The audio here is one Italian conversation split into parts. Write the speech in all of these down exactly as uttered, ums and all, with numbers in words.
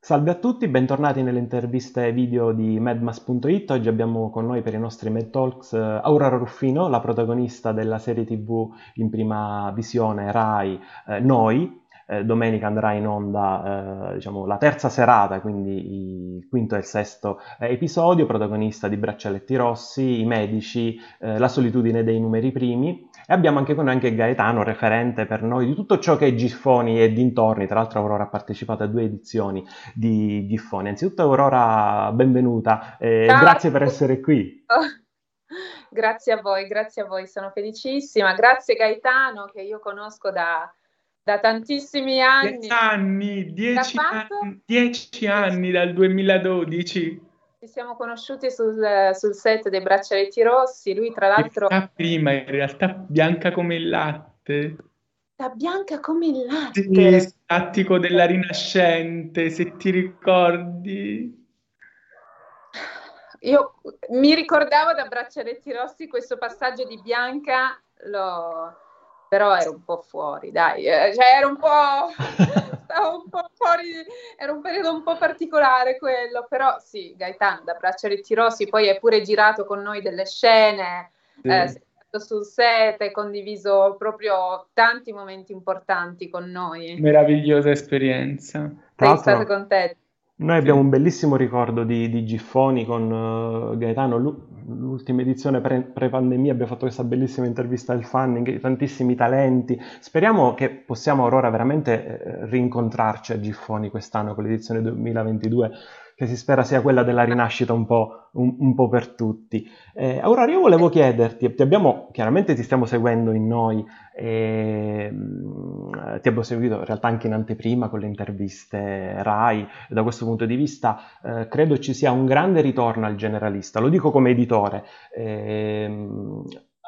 Salve a tutti, bentornati nelle interviste video di Medmas punto it. Oggi abbiamo con noi per i nostri Med Talks eh, Aurora Ruffino, la protagonista della serie T V in prima visione Rai, eh, Noi. Eh, domenica andrà in onda eh, diciamo, la terza serata, quindi il quinto e il sesto eh, episodio, protagonista di Braccialetti Rossi, i medici, eh, la solitudine dei numeri primi. E abbiamo anche con noi anche Gaetano, referente per noi di tutto ciò che è Giffoni e dintorni. Tra l'altro Aurora ha partecipato a due edizioni di Giffoni. Anzitutto Aurora, benvenuta, e Ciao, grazie per essere qui. grazie a voi, grazie a voi, sono felicissima. Grazie Gaetano, che io conosco da, da tantissimi Dieci anni. anni, Da dieci quanto? anni, dieci anni dal duemiladodici. Ci siamo conosciuti sul, sul set dei Braccialetti Rossi. Lui, tra In l'altro, realtà prima, in realtà bianca come il latte. da bianca come il Sì, latte. Attico della Rinascente, se ti ricordi. Io mi ricordavo da Braccialetti Rossi questo passaggio di Bianca, lo... però ero un po' fuori, dai, eh, cioè ero un po', stavo un po' fuori, era un periodo un po' particolare quello, però sì, Gaetano da Braccialetti Rossi, poi è pure girato con noi delle scene, eh, Sì. sei stato sul set, hai condiviso proprio tanti momenti importanti con noi, Meravigliosa esperienza. Tra sei stato l'altro, contento. noi abbiamo Sì. un bellissimo ricordo di, di Giffoni con eh, Gaetano. Lu- L'ultima edizione pre- pre-pandemia abbiamo fatto questa bellissima intervista al Fanning, tantissimi talenti. Speriamo che possiamo Aurora veramente eh, rincontrarci a Giffoni quest'anno con l'edizione duemilaventidue, che si spera sia quella della rinascita un po', un- un po' per tutti. Eh, Aurora, io volevo chiederti, ti abbiamo, chiaramente ti stiamo seguendo in noi, e, mh, ti abbiamo seguito in realtà anche in anteprima con le interviste Rai, e da questo punto di vista eh, credo ci sia un grande ritorno al generalista, lo dico come editore. Ehm,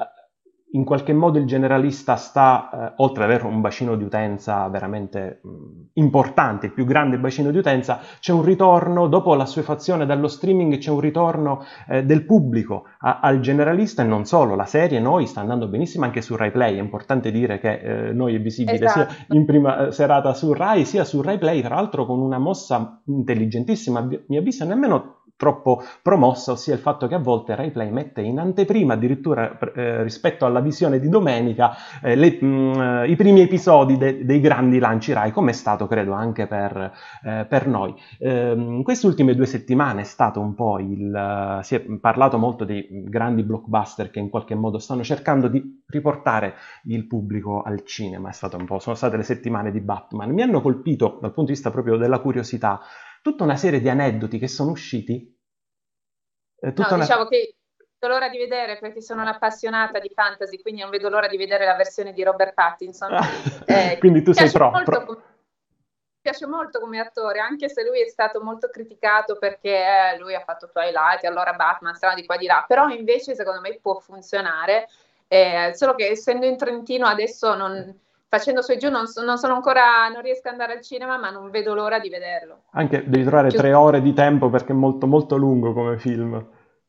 in qualche modo il generalista sta, eh, oltre ad avere un bacino di utenza veramente mh, importante, il più grande bacino di utenza, c'è un ritorno, dopo l'assuefazione dallo streaming, c'è un ritorno eh, del pubblico a- al generalista, e non solo, la serie Noi sta andando benissimo anche su Rai Play. È importante dire che eh, Noi è visibile sia Esatto. in prima eh, serata su Rai sia su Rai Play, tra l'altro con una mossa intelligentissima, a mio avviso nemmeno troppo promossa, ossia il fatto che a volte Rai Play mette in anteprima, addirittura eh, rispetto alla visione di domenica, eh, le, mh, i primi episodi de- dei grandi lanci Rai, come è stato credo anche per, eh, per noi. Eh, in queste ultime due settimane è stato un po' il... si è parlato molto dei grandi blockbuster che in qualche modo stanno cercando di riportare il pubblico al cinema. È stato un po', sono state le settimane di Batman. Mi hanno colpito dal punto di vista proprio della curiosità tutta una serie di aneddoti che sono usciti. eh, No, tutta una... diciamo che non vedo l'ora di vedere perché sono un'appassionata di fantasy, quindi non vedo l'ora di vedere la versione di Robert Pattinson. Eh, Quindi tu mi sei piace pro, molto, pro. com- mi piace molto come attore, anche se lui è stato molto criticato perché eh, lui ha fatto Twilight, allora Batman, strano di qua di là, però invece secondo me può funzionare, eh, solo che essendo in Trentino adesso non, facendo su e giù non, so- non sono ancora, non riesco ad andare al cinema, ma non vedo l'ora di vederlo. Anche devi trovare Chiuso. tre ore di tempo perché è molto molto lungo come film.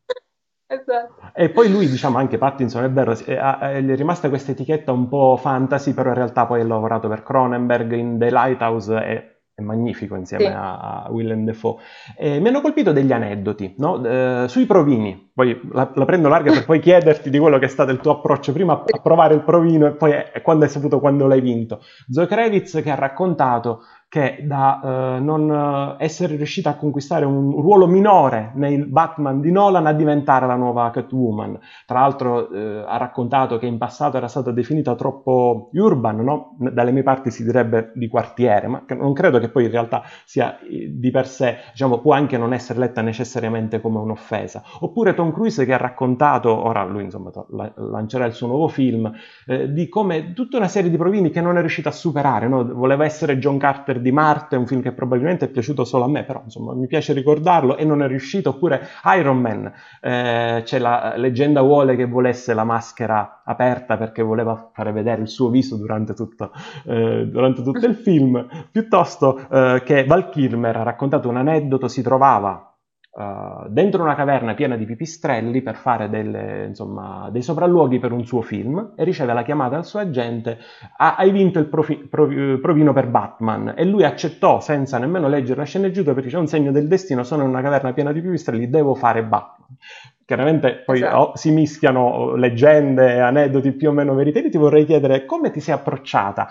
Esatto. E poi lui, diciamo, anche Pattinson, è vero, è, è- gli è rimasta questa etichetta un po' fantasy, però in realtà poi ha lavorato per Cronenberg in The Lighthouse, è, è magnifico insieme Sì. a, a Willem Dafoe. E mi hanno colpito degli aneddoti, no? Eh, sui provini, poi la, la prendo larga per poi chiederti di quello che è stato il tuo approccio prima a, a provare il provino e poi è, quando hai saputo quando l'hai vinto. Zoe Kravitz che ha raccontato che da eh, non eh, essere riuscita a conquistare un ruolo minore nei Batman di Nolan a diventare la nuova Catwoman. Tra l'altro eh, ha raccontato che in passato era stata definita troppo urban, no? Dalle mie parti si direbbe di quartiere, ma non credo che poi in realtà sia eh, di per sé, diciamo, può anche non essere letta necessariamente come un'offesa. Oppure Tom Cruise che ha raccontato, ora lui insomma lancerà il suo nuovo film, eh, di come tutta una serie di provini che non è riuscita a superare, no? Voleva essere John Carter di Marte, un film che probabilmente è piaciuto solo a me, però insomma mi piace ricordarlo, e non è riuscito. Oppure Iron Man, eh, c'è la leggenda vuole che volesse la maschera aperta perché voleva fare vedere il suo viso durante tutto, eh, durante tutto il film, piuttosto eh, che Val Kilmer ha raccontato un aneddoto. Si trovava uh, dentro una caverna piena di pipistrelli per fare delle, insomma, dei sopralluoghi per un suo film e riceve la chiamata del suo agente: "Ah, hai vinto il profi- pro- provino per Batman", e lui accettò senza nemmeno leggere la sceneggiatura perché c'è un segno del destino, sono in una caverna piena di pipistrelli, devo fare Batman. Chiaramente poi Esatto. oh, si mischiano leggende, aneddoti più o meno veritieri. Ti vorrei chiedere come ti sei approcciata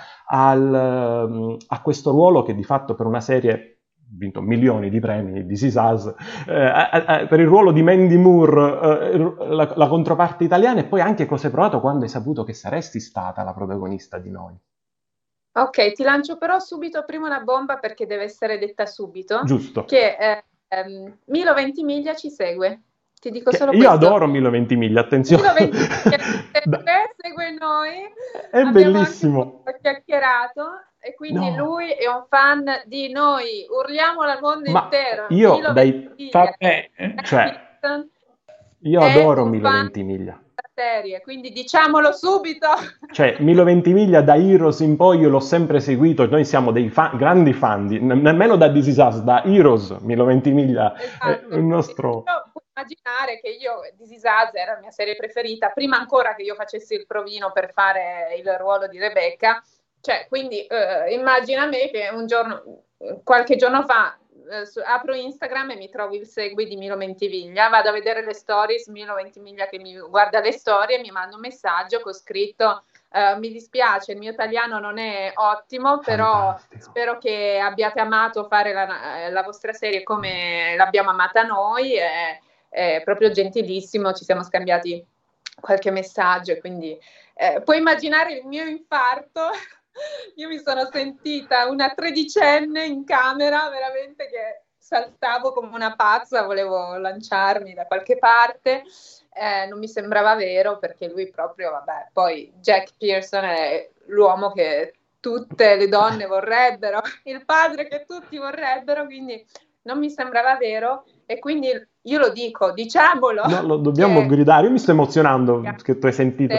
al, a questo ruolo che di fatto per una serie ha vinto milioni di premi, This Is Us, eh, eh, per il ruolo di Mandy Moore, eh, la, la controparte italiana, e poi anche cosa hai provato quando hai saputo che saresti stata la protagonista di Noi. Ok, ti lancio però subito prima una bomba perché deve essere detta subito, Giusto. che eh, ehm, Milo Ventimiglia ci segue. Ti dico Che solo io questo. adoro Milo Ventimiglia, attenzione. Milo Ventimiglia Da- segue, segue noi. È Abbiamo anche un bellissimo. po' chiacchierato e quindi No, lui è un fan di noi. Urliamolo al mondo ma intero. io Milo dai... Ventimiglia Va bene. Cioè, io è adoro un Milo fan Ventimiglia. della serie, quindi diciamolo subito. Cioè, Milo Ventimiglia da Heroes in poi io l'ho sempre seguito, noi siamo dei fan, grandi fan, di, ne- nemmeno da This Is Us, da Heroes, Milo Ventimiglia è Esatto. il nostro... Io puoi immaginare che io, This Is Us era la mia serie preferita, prima ancora che io facessi il provino per fare il ruolo di Rebecca. Cioè, quindi eh, immagina me che un giorno, qualche giorno fa, eh, su- apro Instagram e mi trovo il segui di Milo Ventimiglia, vado a vedere le stories, Milo Ventimiglia che mi guarda le storie, mi manda un messaggio con scritto: Uh, mi dispiace, il mio italiano non è ottimo, però Fantastico. spero che abbiate amato fare la, la vostra serie come l'abbiamo amata noi. È, è proprio gentilissimo, ci siamo scambiati qualche messaggio, quindi eh, puoi immaginare il mio infarto. Io mi sono sentita una tredicenne in camera, veramente che saltavo come una pazza, volevo lanciarmi da qualche parte. Eh, non mi sembrava vero perché lui proprio, vabbè, poi Jack Pearson è l'uomo che tutte le donne vorrebbero, il padre che tutti vorrebbero, quindi non mi sembrava vero e quindi io lo dico, diciamolo. No, lo dobbiamo Che... gridare, io mi sto emozionando che tu hai sentito.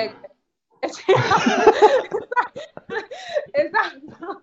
Esatto.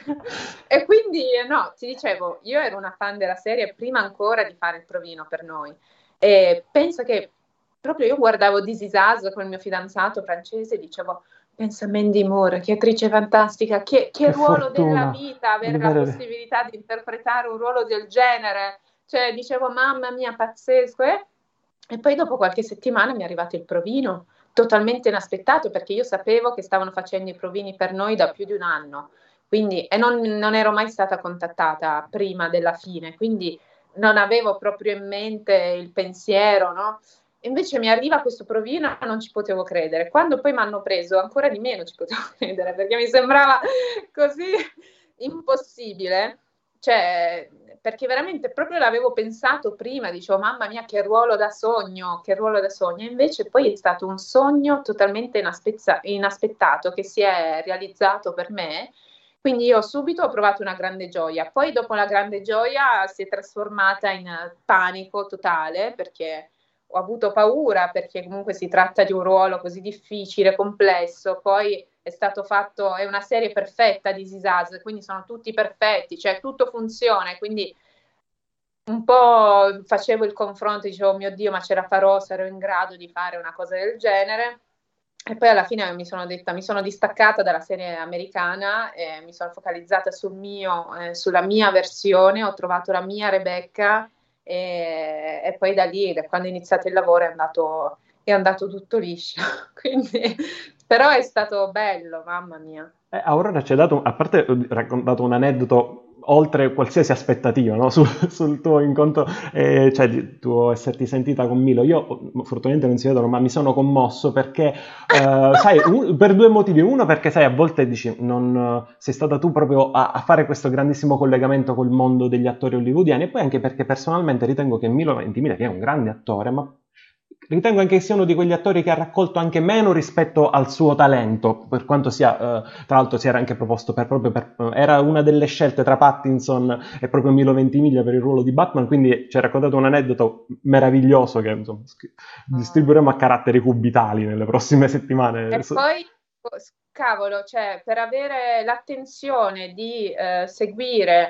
E quindi no, ti dicevo, io ero una fan della serie prima ancora di fare il provino per Noi e penso che proprio io guardavo This Is Us con il mio fidanzato francese e dicevo: pensa a Mandy Moore, che attrice fantastica, che, che Che ruolo della fortuna vita di avere la vedere... possibilità di interpretare un ruolo del genere. Cioè dicevo mamma mia, pazzesco, eh? E poi dopo qualche settimana mi è arrivato il provino totalmente inaspettato perché io sapevo che stavano facendo i provini per Noi da più di un anno, quindi, e non, non ero mai stata contattata prima della fine, quindi non avevo proprio in mente il pensiero, no? Invece mi arriva questo provino e non ci potevo credere. Quando poi mi hanno preso, ancora di meno ci potevo credere perché mi sembrava così impossibile. Cioè, perché veramente proprio l'avevo pensato prima, dicevo mamma mia che ruolo da sogno, che ruolo da sogno, e invece poi è stato un sogno totalmente inaspezza- inaspettato che si è realizzato per me, quindi io subito ho provato una grande gioia, poi dopo la grande gioia si è trasformata in panico totale perché ho avuto paura, perché comunque si tratta di un ruolo così difficile, complesso, poi è stato fatto, è una serie perfetta di This Is Us, quindi sono tutti perfetti, cioè tutto funziona, quindi un po' facevo il confronto, dicevo oh mio Dio, ma ce la farò, sarò in grado di fare una cosa del genere. E poi alla fine mi sono detta, mi sono distaccata dalla serie americana e mi sono focalizzata sul mio, eh, sulla mia versione, ho trovato la mia Rebecca e, e poi da lì, da quando ho iniziato il lavoro è andato, è andato tutto liscio. Quindi, però è stato bello, mamma mia. Eh, Aurora ci ha dato, a parte ho raccontato un aneddoto oltre qualsiasi aspettativa, no? sul, sul tuo incontro, eh, cioè il tuo esserti sentita con Milo. Io fortunatamente non si vedono, ma mi sono commosso perché, eh, sai, un- per due motivi. Uno perché, sai, a volte dici, non, sei stata tu proprio a, a fare questo grandissimo collegamento col mondo degli attori hollywoodiani, e poi anche perché personalmente ritengo che Milo Ventimiglia, che è un grande attore, ma ritengo anche che sia uno di quegli attori che ha raccolto anche meno rispetto al suo talento, per quanto sia, eh, tra l'altro si era anche proposto per, proprio per, era una delle scelte tra Pattinson e proprio Milo Ventimiglia per il ruolo di Batman, quindi ci ha raccontato un aneddoto meraviglioso che insomma, distribuiremo a caratteri cubitali nelle prossime settimane. E poi, cavolo, cioè, per avere l'attenzione di eh, seguire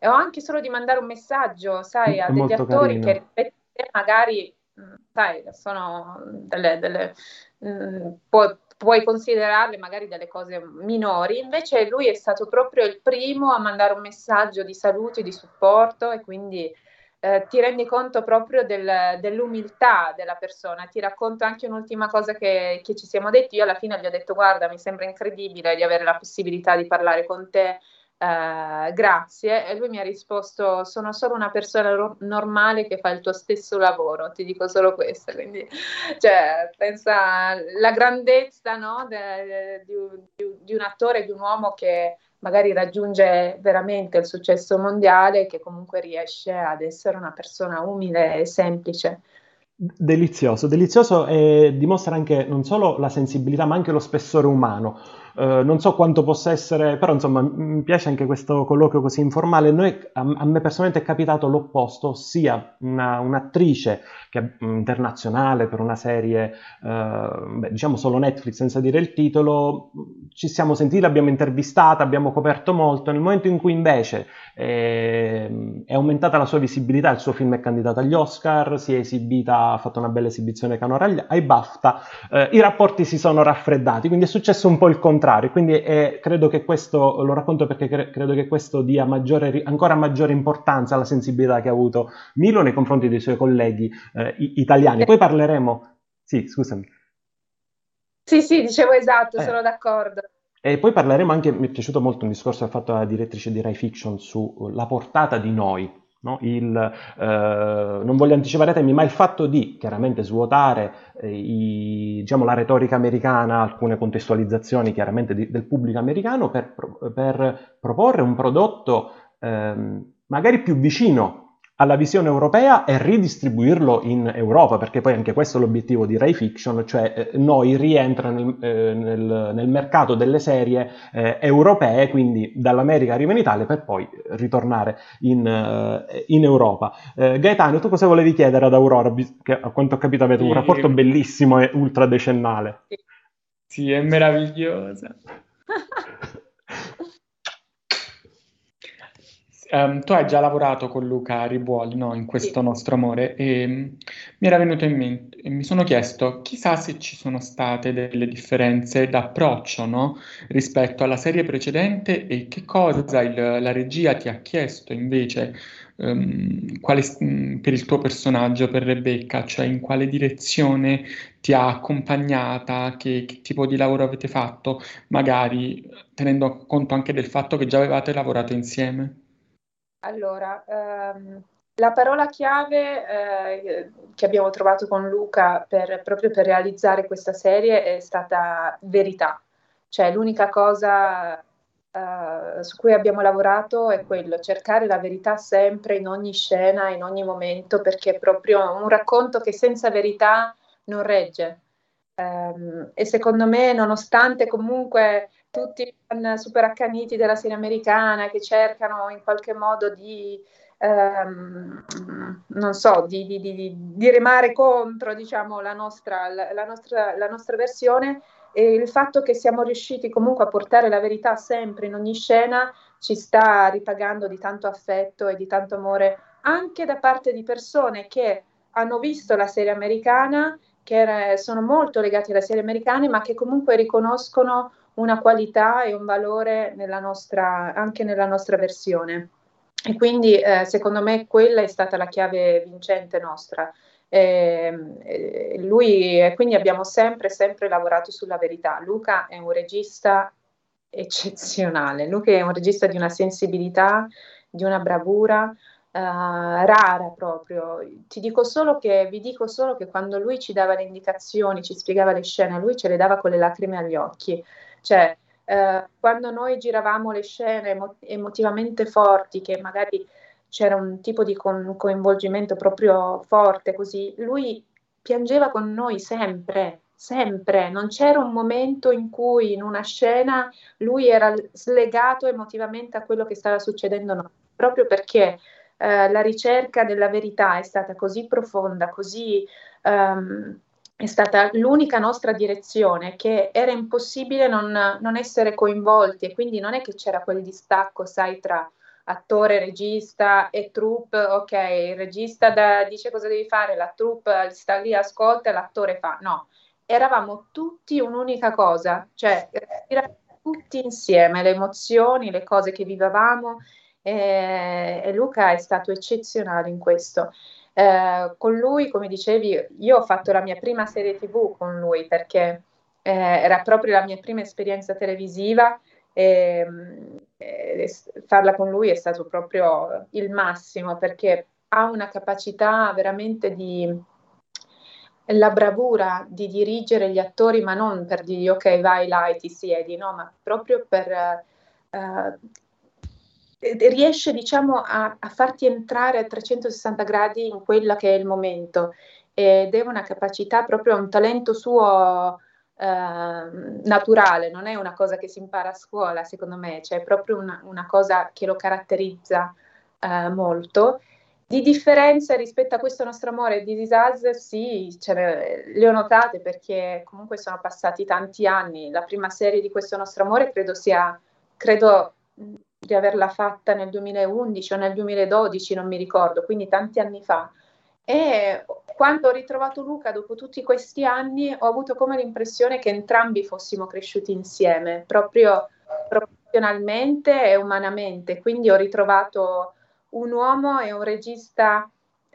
e o anche solo di mandare un messaggio, sai, È a degli molto attori che carino. rispetto a te magari, mh, sai, sono delle, delle mh, pu- puoi considerarle magari delle cose minori, invece lui è stato proprio il primo a mandare un messaggio di saluto e di supporto e quindi eh, ti rendi conto proprio del- dell'umiltà della persona. Ti racconto anche un'ultima cosa che, che ci siamo detti. Io alla fine gli ho detto: guarda, mi sembra incredibile di avere la possibilità di parlare con te, eh, grazie. E lui mi ha risposto: sono solo una persona ro- normale che fa il tuo stesso lavoro, ti dico solo questo. Quindi, cioè, pensa alla grandezza, no, de- di, un- di un di un attore, di un uomo che magari raggiunge veramente il successo mondiale, che comunque riesce ad essere una persona umile e semplice. Delizioso, delizioso e dimostra anche non solo la sensibilità ma anche lo spessore umano. Eh, non so quanto possa essere, però insomma mi piace anche questo colloquio così informale. Noi, a, a me personalmente è capitato l'opposto, ossia una, un'attrice che, internazionale per una serie, eh, beh, diciamo solo Netflix senza dire il titolo, ci siamo sentiti, l'abbiamo intervistata, abbiamo coperto molto. Nel momento in cui invece eh, è aumentata la sua visibilità, il suo film è candidato agli Oscar, si è esibita, ha fatto una bella esibizione canora agli- ai BAFTA, eh, i rapporti si sono raffreddati, quindi è successo un po' il contrario, quindi eh, credo che questo, lo racconto perché cre- credo che questo dia maggiore, ancora maggiore importanza alla sensibilità che ha avuto Milo nei confronti dei suoi colleghi eh, italiani. Poi parleremo, sì, scusami. Sì, sì, dicevo esatto, Eh, sono d'accordo. e poi parleremo anche, mi è piaciuto molto un discorso che ha fatto la direttrice di Rai Fiction sulla portata di noi, no? Il, eh, non voglio anticipare temi, ma il fatto di chiaramente svuotare eh, i- diciamo, la retorica americana, alcune contestualizzazioni chiaramente di- del pubblico americano per, pro- per proporre un prodotto ehm, magari più vicino alla visione europea e ridistribuirlo in Europa, perché poi anche questo è l'obiettivo di Rai Fiction, cioè eh, noi rientra nel, eh, nel, nel mercato delle serie eh, europee, quindi dall'America arriva in Italia per poi ritornare in, eh, in Europa. Eh, Gaetano, tu cosa volevi chiedere ad Aurora? Che a quanto ho capito avete un rapporto Sì, bellissimo e ultradecennale. Sì. sì, è meravigliosa. Ehm, tu hai già lavorato con Luca Ribuoli, no, in Sì. questo nostro amore, e mm, mi era venuto in mente, e mi sono chiesto, chissà se ci sono state delle differenze d'approccio, no, rispetto alla serie precedente e che cosa il- la regia ti ha chiesto invece, ehm, quale- mm, per il tuo personaggio, per Rebecca, cioè in quale direzione ti ha accompagnata, che, che tipo di lavoro avete fatto, magari tenendo conto anche del fatto che già avevate lavorato insieme. Allora, ehm, la parola chiave eh, che abbiamo trovato con Luca per- proprio per realizzare questa serie è stata verità. Cioè, l'unica cosa eh, su cui abbiamo lavorato è quello, cercare la verità sempre in ogni scena, in ogni momento, perché è proprio un racconto che senza verità non regge. Ehm, e secondo me, nonostante comunque tutti i fan super accaniti della serie americana che cercano in qualche modo di, ehm, non so, di, di, di, di remare contro, diciamo, la nostra, la, la nostra, la nostra versione, e il fatto che siamo riusciti comunque a portare la verità sempre in ogni scena ci sta ripagando di tanto affetto e di tanto amore anche da parte di persone che hanno visto la serie americana, che sono molto legati alla serie americana, ma che comunque riconoscono una qualità e un valore nella nostra, anche nella nostra versione. E quindi eh, secondo me quella è stata la chiave vincente nostra. E, e lui, e quindi abbiamo sempre, sempre lavorato sulla verità. Luca è un regista eccezionale, Luca è un regista di una sensibilità, di una bravura, Uh, rara proprio. Ti dico solo che, vi dico solo che quando lui ci dava le indicazioni, ci spiegava le scene, lui ce le dava con le lacrime agli occhi. Cioè, uh, quando noi giravamo le scene emo- emotivamente forti, che magari c'era un tipo di con- coinvolgimento proprio forte, così, lui piangeva con noi sempre. Sempre, non c'era un momento in cui in una scena lui era slegato emotivamente a quello che stava succedendo, no, proprio perché eh, la ricerca della verità è stata così profonda, così um, è stata l'unica nostra direzione che era impossibile non, non essere coinvolti, e quindi non è che c'era quel distacco, sai, tra attore, regista e troupe, ok, il regista da, dice cosa devi fare, la troupe sta lì, ascolta e l'attore fa, no, eravamo tutti un'unica cosa, cioè tutti insieme, le emozioni, le cose che vivevamo, e, e Luca è stato eccezionale in questo. Eh, con lui, come dicevi, io ho fatto la mia prima serie tivù con lui perché eh, era proprio la mia prima esperienza televisiva e, e farla con lui è stato proprio il massimo perché ha una capacità veramente di la bravura di dirigere gli attori, ma non per dirgli ok, vai là e ti siedi, no, ma proprio per eh, riesce, diciamo, a, a farti entrare a trecentosessanta gradi in quella che è il momento ed è una capacità, proprio un talento suo eh, naturale, non è una cosa che si impara a scuola, secondo me, cioè è proprio una, una cosa che lo caratterizza eh, molto. Di differenze rispetto a questo nostro amore di This Is Us, sì, cioè, le ho notate perché comunque sono passati tanti anni. La prima serie di questo nostro amore credo sia, credo di averla fatta nel duemilaundici o nel duemiladodici, non mi ricordo, quindi tanti anni fa. E quando ho ritrovato Luca dopo tutti questi anni ho avuto come l'impressione che entrambi fossimo cresciuti insieme, proprio professionalmente e umanamente, quindi ho ritrovato un uomo e un regista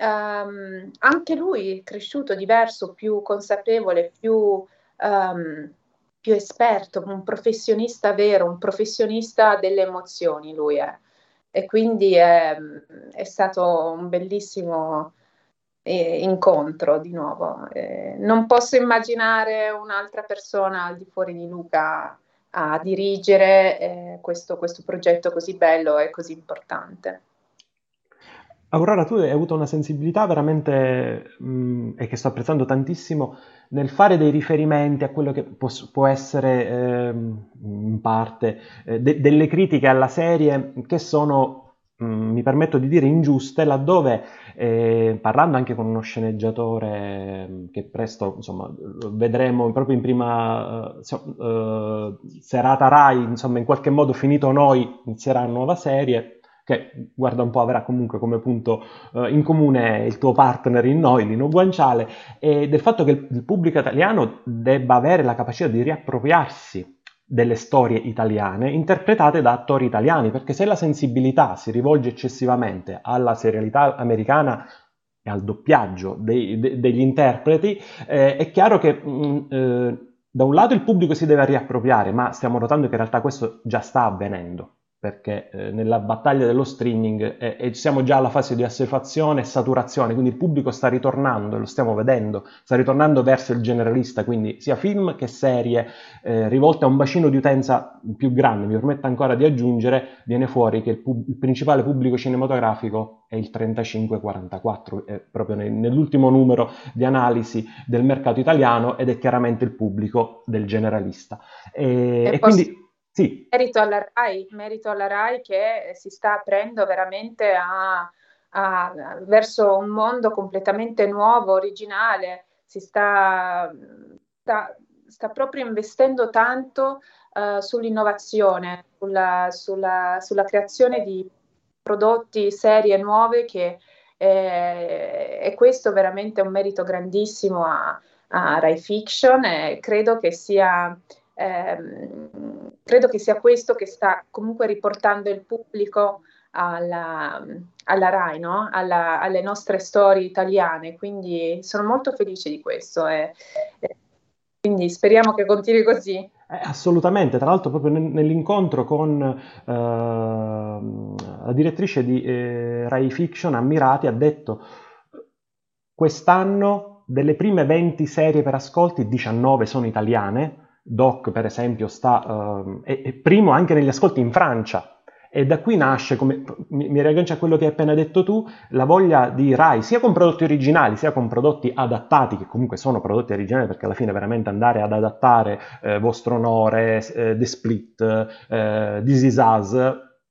um, anche lui cresciuto, diverso, più consapevole, più, um, più esperto, un professionista vero, un professionista delle emozioni lui è. E quindi è, è stato un bellissimo eh, incontro di nuovo. Eh, non posso immaginare un'altra persona al di fuori di Luca a dirigere eh, questo, questo progetto così bello e così importante. Aurora, tu hai avuto una sensibilità veramente, mh, e che sto apprezzando tantissimo, nel fare dei riferimenti a quello che può, può essere, ehm, in parte, eh, de- delle critiche alla serie che sono, mh, mi permetto di dire, ingiuste, laddove, eh, parlando anche con uno sceneggiatore mh, che presto, insomma, vedremo proprio in prima eh, so- eh, serata Rai, insomma, in qualche modo finito noi, inizierà una nuova serie che guarda un po' avrà comunque come punto eh, in comune il tuo partner in noi, Lino Guanciale, e del fatto che il, il pubblico italiano debba avere la capacità di riappropriarsi delle storie italiane interpretate da attori italiani, perché se la sensibilità si rivolge eccessivamente alla serialità americana e al doppiaggio dei, de, degli interpreti, eh, è chiaro che mh, eh, da un lato il pubblico si deve riappropriare, ma stiamo notando che in realtà questo già sta avvenendo, perché eh, nella battaglia dello streaming eh, eh, siamo già alla fase di assuefazione e saturazione, quindi il pubblico sta ritornando, lo stiamo vedendo, sta ritornando verso il generalista, quindi sia film che serie eh, rivolte a un bacino di utenza più grande. Mi permetto ancora di aggiungere, viene fuori che il, pub- il principale pubblico cinematografico è il trentacinque quarantaquattro, è proprio nel, nell'ultimo numero di analisi del mercato italiano, ed è chiaramente il pubblico del generalista. E, E e posso... quindi sì. Merito alla Rai, merito alla Rai che si sta aprendo veramente a, a, verso un mondo completamente nuovo, originale, si sta, sta, sta proprio investendo tanto uh, sull'innovazione, sulla, sulla, sulla creazione di prodotti, serie nuove che eh, e questo veramente è un merito grandissimo a, a Rai Fiction e credo che sia Ehm, credo che sia questo che sta comunque riportando il pubblico alla, alla Rai, no? alla, alle nostre storie italiane, quindi sono molto felice di questo e, e quindi speriamo che continui così. Eh, assolutamente, tra l'altro proprio nell'incontro con eh, la direttrice di eh, Rai Fiction, Ammirati, ha detto: quest'anno delle prime venti serie per ascolti, diciannove sono italiane. Doc, per esempio, sta, uh, è, è primo anche negli ascolti in Francia. E da qui nasce, come mi, mi riaggancio a quello che hai appena detto tu, la voglia di Rai, sia con prodotti originali, sia con prodotti adattati, che comunque sono prodotti originali, perché alla fine veramente andare ad adattare eh, Vostro Onore, eh, The Split, eh, This Is Us,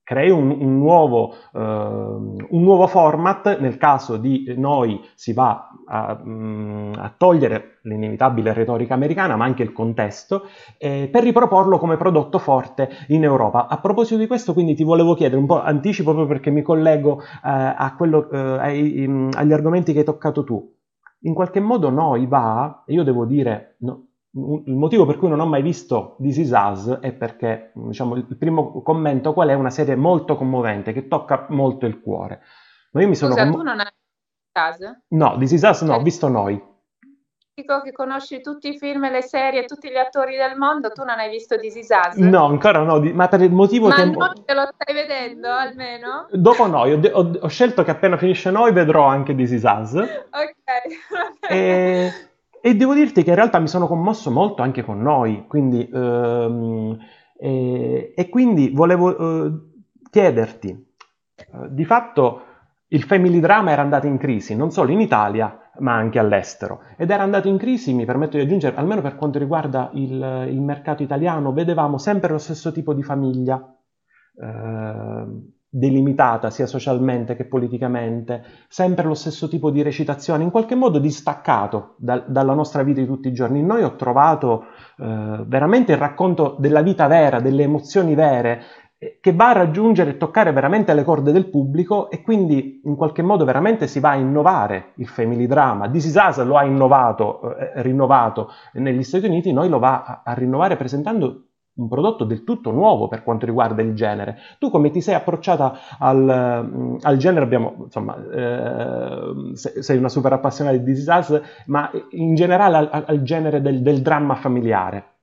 crei un, un, nuovo, uh, un nuovo format. Nel caso di Noi si va a, um, a togliere l'inevitabile retorica americana, ma anche il contesto, eh, per riproporlo come prodotto forte in Europa. A proposito di questo, quindi ti volevo chiedere, un po' anticipo proprio perché mi collego eh, a quello, eh, ai, agli argomenti che hai toccato tu. In qualche modo Noi va, e io devo dire... No, il motivo per cui non ho mai visto This Is Us è perché, diciamo, il primo commento qual è? Una serie molto commovente che tocca molto il cuore. Ma io mi sono Scusa, commo- tu non hai casa? No, This Is Us no, ho Cioè, visto Noi. dico che conosci tutti i film, le serie, tutti gli attori del mondo, tu non hai visto This Is Us? No, ancora no, di- ma per il motivo Ma che... non te lo stai vedendo almeno? Dopo Noi, ho, de- ho- ho scelto che appena finisce Noi vedrò anche This Is Us. Ok, va E, bene. e devo dirti che in realtà mi sono commosso molto anche con Noi, quindi, ehm, e, e quindi volevo eh, chiederti, eh, di fatto il family drama era andato in crisi non solo in Italia ma anche all'estero, ed era andato in crisi, mi permetto di aggiungere, almeno per quanto riguarda il, il mercato italiano, vedevamo sempre lo stesso tipo di famiglia, eh, delimitata sia socialmente che politicamente, sempre lo stesso tipo di recitazione, in qualche modo distaccato da, dalla nostra vita di tutti i giorni. In Noi ho trovato eh, veramente il racconto della vita vera, delle emozioni vere, eh, che va a raggiungere e toccare veramente le corde del pubblico, e quindi in qualche modo veramente si va a innovare il family drama. This Is Us lo ha innovato, eh, rinnovato negli Stati Uniti, Noi lo va a, a rinnovare presentando un prodotto del tutto nuovo per quanto riguarda il genere. Tu come ti sei approcciata al, al genere? Abbiamo, insomma, eh, sei una super appassionata di This Is Us, ma in generale al, al genere del, del dramma familiare.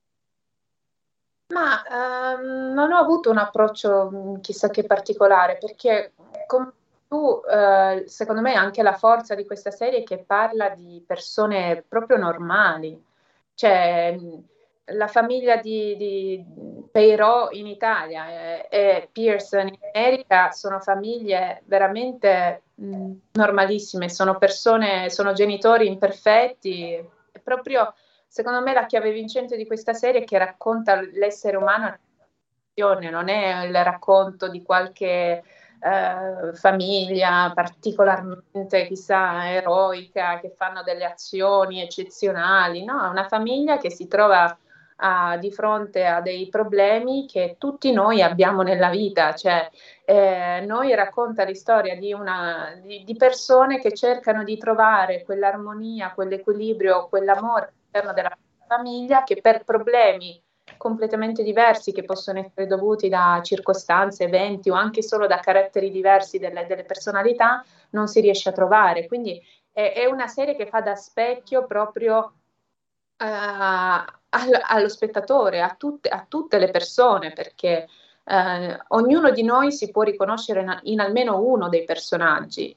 Ma ehm, non ho avuto un approccio mh, chissà che particolare, perché come tu, eh, secondo me anche la forza di questa serie è che parla di persone proprio normali. Cioè, mh, la famiglia di, di Poirot in Italia e, e Pearson in America sono famiglie veramente mh, normalissime, sono persone, sono genitori imperfetti, è proprio. Secondo me la chiave vincente di questa serie è che racconta l'essere umano, non è il racconto di qualche eh, famiglia particolarmente, chissà, eroica, che fanno delle azioni eccezionali, no, è una famiglia che si trova a, di fronte a dei problemi che tutti noi abbiamo nella vita, cioè eh, noi racconta la storia di, una, di, di persone che cercano di trovare quell'armonia, quell'equilibrio, quell'amore all'interno della famiglia, che per problemi completamente diversi che possono essere dovuti da circostanze, eventi o anche solo da caratteri diversi delle, delle personalità, non si riesce a trovare. Quindi è, è una serie che fa da specchio proprio eh, al, allo spettatore, a tutte, a tutte le persone, perché eh, ognuno di noi si può riconoscere in, in almeno uno dei personaggi,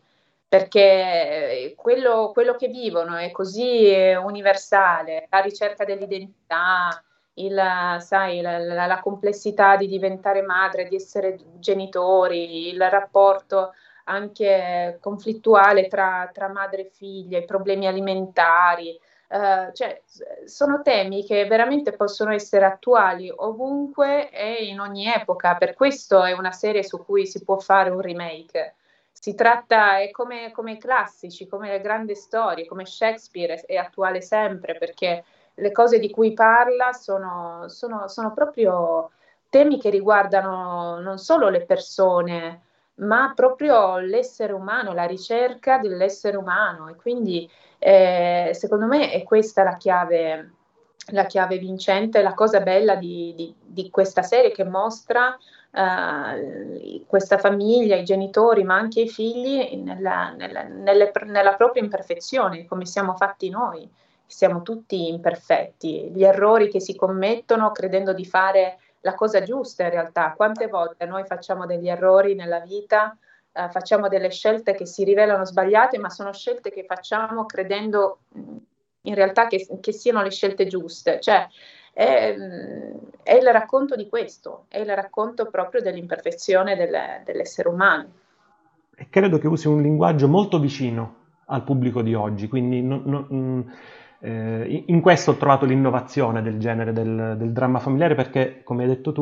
perché quello, quello che vivono è così universale, la ricerca dell'identità, il, sai, la, la, la complessità di diventare madre, di essere genitori, il rapporto anche conflittuale tra, tra madre e figlia, i problemi alimentari. Uh, cioè, sono temi che veramente possono essere attuali ovunque e in ogni epoca, per questo è una serie su cui si può fare un remake. Si tratta, è come, come i classici, come le grandi storie, come Shakespeare, è, è attuale sempre, perché le cose di cui parla sono, sono, sono proprio temi che riguardano non solo le persone, ma proprio l'essere umano, la ricerca dell'essere umano, e quindi eh, secondo me è questa la chiave, la chiave vincente, la cosa bella di, di, di questa serie, che mostra uh, questa famiglia, i genitori, ma anche i figli nella, nella, nelle, nella propria imperfezione, come siamo fatti noi. Siamo tutti imperfetti, gli errori che si commettono credendo di fare la cosa giusta in realtà. Quante volte noi facciamo degli errori nella vita, eh, facciamo delle scelte che si rivelano sbagliate, ma sono scelte che facciamo credendo mh, in realtà che, che siano le scelte giuste. Cioè, è, è il racconto di questo, è il racconto proprio dell'imperfezione del, dell'essere umano. E credo che usi un linguaggio molto vicino al pubblico di oggi, quindi non, non, eh, in questo ho trovato l'innovazione del genere del, del dramma familiare, perché come hai detto tu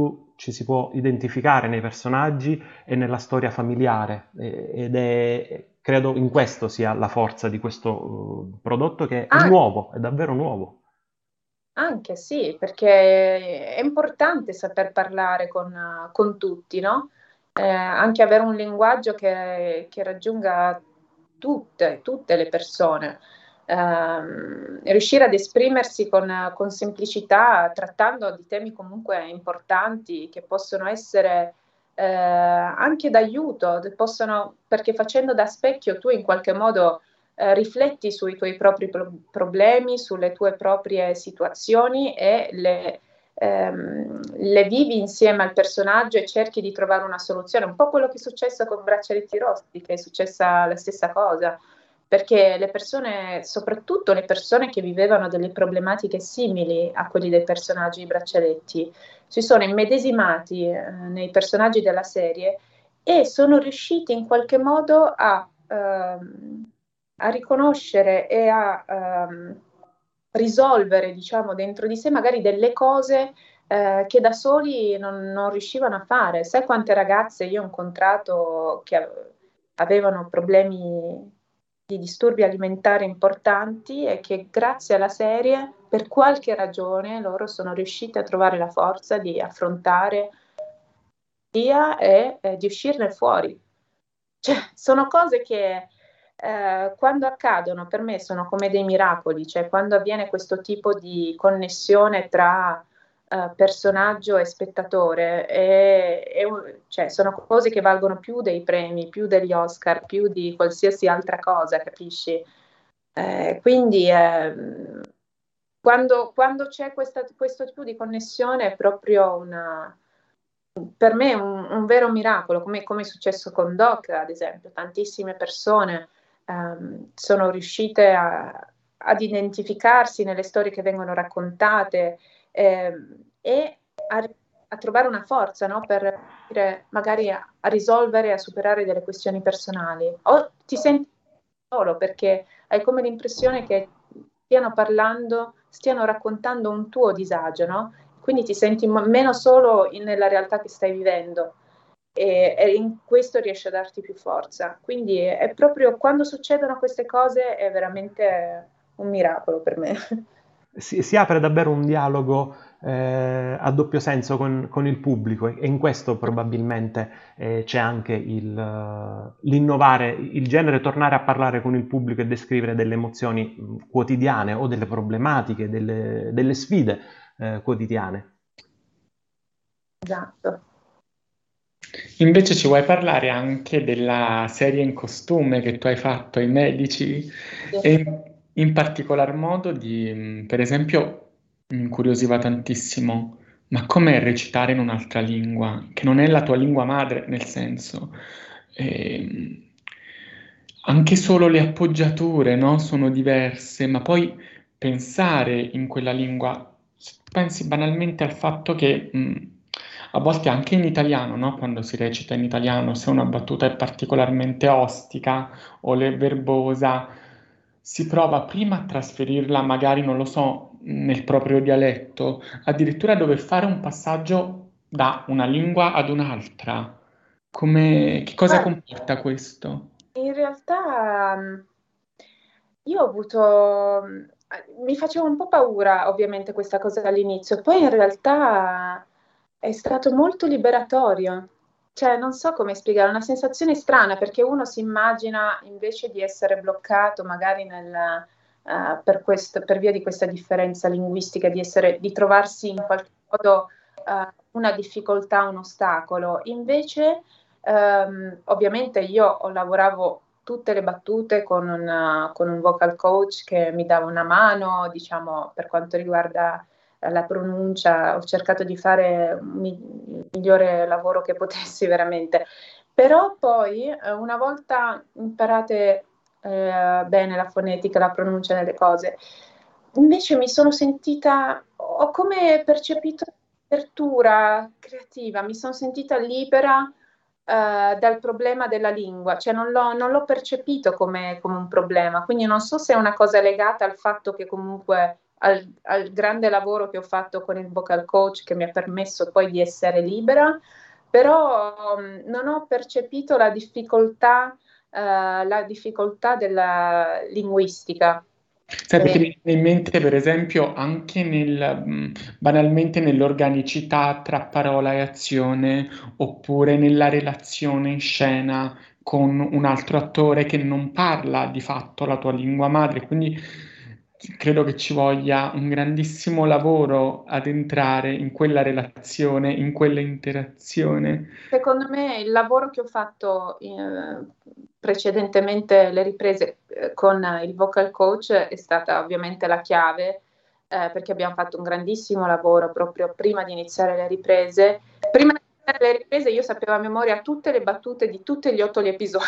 ci si può identificare nei personaggi e nella storia familiare, e- ed è, credo in questo sia la forza di questo eh, prodotto, che è Ah, nuovo, è davvero nuovo. anche sì, perché è importante saper parlare con, eh, con tutti, no? Eh, anche avere un linguaggio che, che raggiunga tutte, tutte le persone. Ehm, riuscire ad esprimersi con, con semplicità, trattando di temi comunque importanti che possono essere eh, anche d'aiuto, possono, perché facendo da specchio tu in qualche modo eh, rifletti sui tuoi propri pro- problemi, sulle tue proprie situazioni e le, ehm, le vivi insieme al personaggio e cerchi di trovare una soluzione. Un po' quello che è successo con Braccialetti Rossi, che è successa la stessa cosa, perché le persone, soprattutto le persone che vivevano delle problematiche simili a quelli dei personaggi di Braccialetti, si sono immedesimati eh, nei personaggi della serie e sono riusciti in qualche modo a, ehm, a riconoscere e a ehm, risolvere, diciamo, dentro di sé magari delle cose eh, che da soli non, non riuscivano a fare. Sai quante ragazze io ho incontrato che ave- avevano problemi di disturbi alimentari importanti e che grazie alla serie, per qualche ragione, loro sono riuscite a trovare la forza di affrontare via e eh, di uscirne fuori. Cioè, sono cose che eh, quando accadono per me sono come dei miracoli, cioè quando avviene questo tipo di connessione tra eh, personaggio e spettatore, e, e un- cioè, sono cose che valgono più dei premi, più degli Oscar, più di qualsiasi altra cosa, capisci? Eh, quindi ehm, quando, quando c'è questa- questo tipo di connessione è proprio una per me è un, un vero miracolo, come, come è successo con Doc, ad esempio. Tantissime persone ehm, sono riuscite a- ad identificarsi nelle storie che vengono raccontate ehm, e a, a trovare una forza, no? Per riuscire magari a, a risolvere e a superare delle questioni personali. O ti senti solo perché hai come l'impressione che stiano parlando, stiano raccontando un tuo disagio, no? Quindi ti senti mo- meno solo in- nella realtà che stai vivendo e, e in questo riesce a darti più forza. Quindi è, è proprio quando succedono queste cose è veramente un miracolo per me. Si, si apre davvero un dialogo eh, a doppio senso con, con il pubblico, e in questo probabilmente eh, c'è anche il, eh, l'innovare il genere, tornare a parlare con il pubblico e descrivere delle emozioni mh, quotidiane, o delle problematiche, delle, delle sfide eh, quotidiane. Esatto. Invece ci vuoi parlare anche della serie in costume che tu hai fatto ai medici Sì. e in, in particolar modo di, mh, per esempio, mi incuriosiva tantissimo, ma com'è recitare in un'altra lingua, che non è la tua lingua madre, nel senso, ehm, anche solo le appoggiature, no, sono diverse, ma poi pensare in quella lingua, se pensi banalmente al fatto che mh, a volte anche in italiano, no, quando si recita in italiano, se una battuta è particolarmente ostica o le- verbosa, si prova prima a trasferirla, magari, non lo so, nel proprio dialetto, addirittura a dover fare un passaggio da una lingua ad un'altra. Come, che cosa Guarda, comporta questo? in realtà mh, io ho avuto, mh, mi faceva un po' paura ovviamente questa cosa all'inizio, poi in realtà è stato molto liberatorio. Cioè, non so come spiegare, è una sensazione strana perché uno si immagina invece di essere bloccato magari nel, eh, per questo- per via di questa differenza linguistica, di essere, di trovarsi in qualche modo eh, una difficoltà, un ostacolo. Invece, ehm, ovviamente io ho lavoravo tutte le battute con, una- con un vocal coach che mi dava una mano, diciamo, per quanto riguarda eh, la pronuncia, ho cercato di fare un mi- il migliore lavoro che potessi veramente. Però poi, eh, una volta imparate eh, bene la fonetica, la pronuncia delle cose, invece mi sono sentita, ho come percepito apertura creativa, mi sono sentita libera eh, dal problema della lingua, cioè non l'ho, non l'ho percepito come, come un problema, quindi non so se è una cosa legata al fatto che comunque al, al grande lavoro che ho fatto con il vocal coach, che mi ha permesso poi di essere libera, però um, non ho percepito la difficoltà, uh, la difficoltà della linguistica. Sai, perché mi viene in mente, per esempio, anche nel, mh, banalmente nell'organicità tra parola e azione, oppure nella relazione in scena con un altro attore che non parla di fatto la tua lingua madre. Quindi credo che ci voglia un grandissimo lavoro ad entrare in quella relazione, in quella interazione. Secondo me il lavoro che ho fatto eh, precedentemente, le riprese eh, con il vocal coach, è stata ovviamente la chiave, eh, perché abbiamo fatto un grandissimo lavoro proprio prima di iniziare le riprese. Prima di iniziare le riprese io sapevo a memoria tutte le battute di tutti gli otto gli episodi.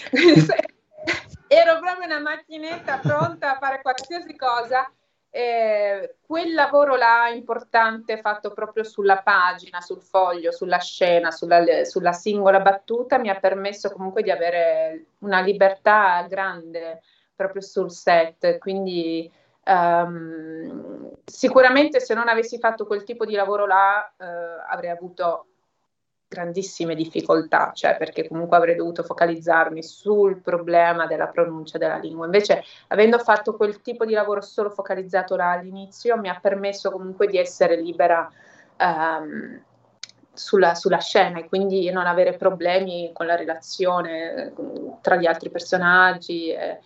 Ero proprio una macchinetta pronta a fare qualsiasi cosa. Eh, quel lavoro là importante fatto proprio sulla pagina, sul foglio, sulla scena, sulla, sulla singola battuta mi ha permesso comunque di avere una libertà grande proprio sul set, quindi um, sicuramente se non avessi fatto quel tipo di lavoro là eh, avrei avuto grandissime difficoltà, cioè perché comunque avrei dovuto focalizzarmi sul problema della pronuncia della lingua. Invece, avendo fatto quel tipo di lavoro solo focalizzato là all'inizio, mi ha permesso comunque di essere libera ehm, sulla, sulla scena e quindi non avere problemi con la relazione tra gli altri personaggi. Eh,